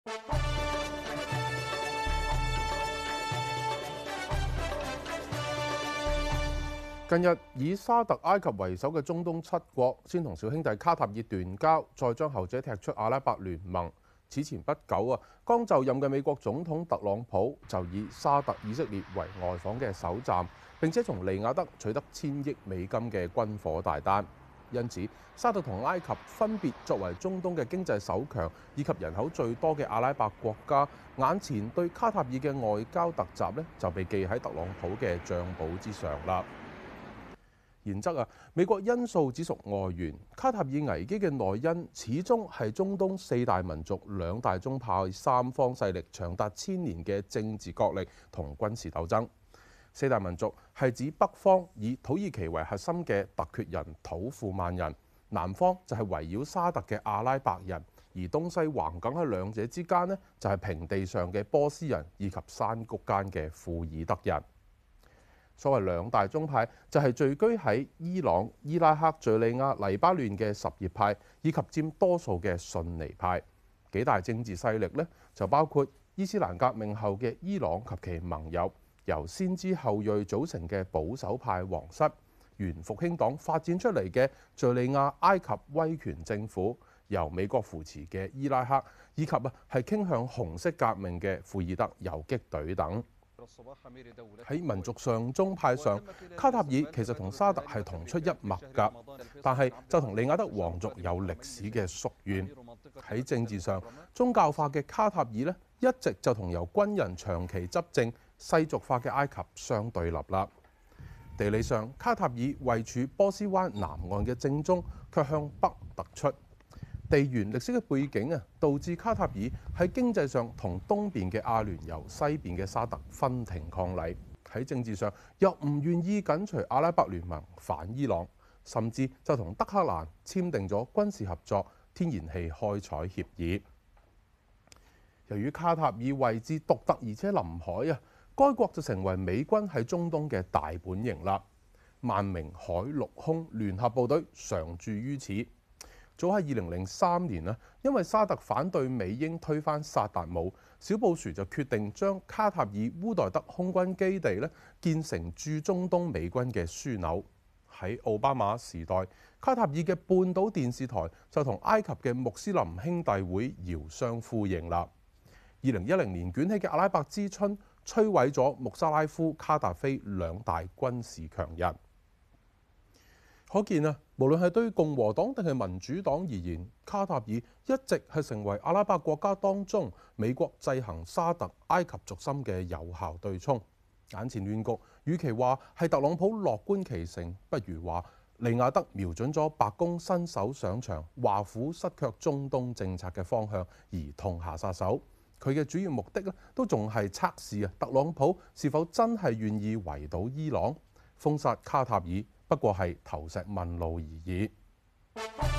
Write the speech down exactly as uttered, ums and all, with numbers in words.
近日以沙特、埃及為首嘅中東七國，先同小兄弟卡塔爾斷交，再將後者踢出阿拉伯聯盟。此前不久啊，剛就任嘅美國總統特朗普就以沙特、以色列為外訪嘅首站，並且從利雅得取得千億美金嘅軍火大單。因此，沙特同埃及分別作為中東嘅經濟首強以及人口最多嘅阿拉伯國家，眼前對卡塔爾嘅外交突襲呢，就被記喺特朗普嘅帳簿之上啦。然則啊，美國因素只屬外緣，卡塔爾危機嘅內因始終係中東四大民族、兩大宗派三方勢力長達千年嘅政治角力同軍事鬥爭。四大民族係指北方以土耳其為核心嘅突厥人土庫曼人，南方就係圍繞沙特嘅阿拉伯人，而東西橫亘喺兩者之間呢，就係平地上嘅波斯人以及山谷間嘅庫爾德人。所謂兩大宗派就係聚居喺伊朗、伊拉克、敍利亞、黎巴嫩嘅什葉派，以及佔多數嘅遜尼派。幾大政治勢力呢，就包括伊斯蘭革命後嘅伊朗及其盟友，由先知後裔組成嘅保守派皇室，原復興黨發展出嚟嘅敍利亞埃及威權政府，由美國扶持嘅伊拉克，以及啊係傾向紅色革命嘅庫爾德游擊隊等。喺民族上宗派上，卡塔爾其實同沙特係同出一脈㗎，但係就同利雅得王族有歷史嘅宿怨。喺政治上，宗教化嘅卡塔爾呢，一直就同由軍人長期執政世俗化嘅埃及相對立啦。地理上，卡塔爾位處波斯灣南岸嘅正中，卻向北突出。地緣歷史嘅背景啊，導致卡塔爾喺經濟上同東邊嘅阿聯酋、西邊嘅沙特分庭抗禮；喺政治上又唔願意緊隨阿拉伯聯盟反伊朗，甚至就同德黑蘭簽訂咗軍事合作、天然氣開採協議。由於卡塔爾位置獨特而且臨海啊，該國就成為美軍喺中東嘅大本營啦。萬名海陸空聯合部隊常駐於此。早喺二零零三年啊，因為沙特反對美英推翻薩達姆，小布殊就決定將卡塔爾烏代德空軍基地咧建成駐中東美軍嘅樞紐。喺奧巴馬時代，卡塔爾嘅半島電視台就同埃及嘅穆斯林兄弟會遙相呼應啦。二零一零年捲起嘅阿拉伯之春，摧毀咗穆沙拉夫、卡達菲兩大軍事強人。可見啊，無論係對共和黨定係民主黨而言，卡塔爾一直係成為阿拉伯國家當中美國制衡沙特、埃及軸心嘅有效對沖。眼前亂局，與其話係特朗普樂觀其成，不如話利雅得瞄準咗白宮新手上場、華府失卻中東政策嘅方向而痛下殺手。佢嘅主要目的咧，都仲係測試啊特朗普是否真係願意圍堵伊朗，封殺卡塔爾。不過係投石問路而已。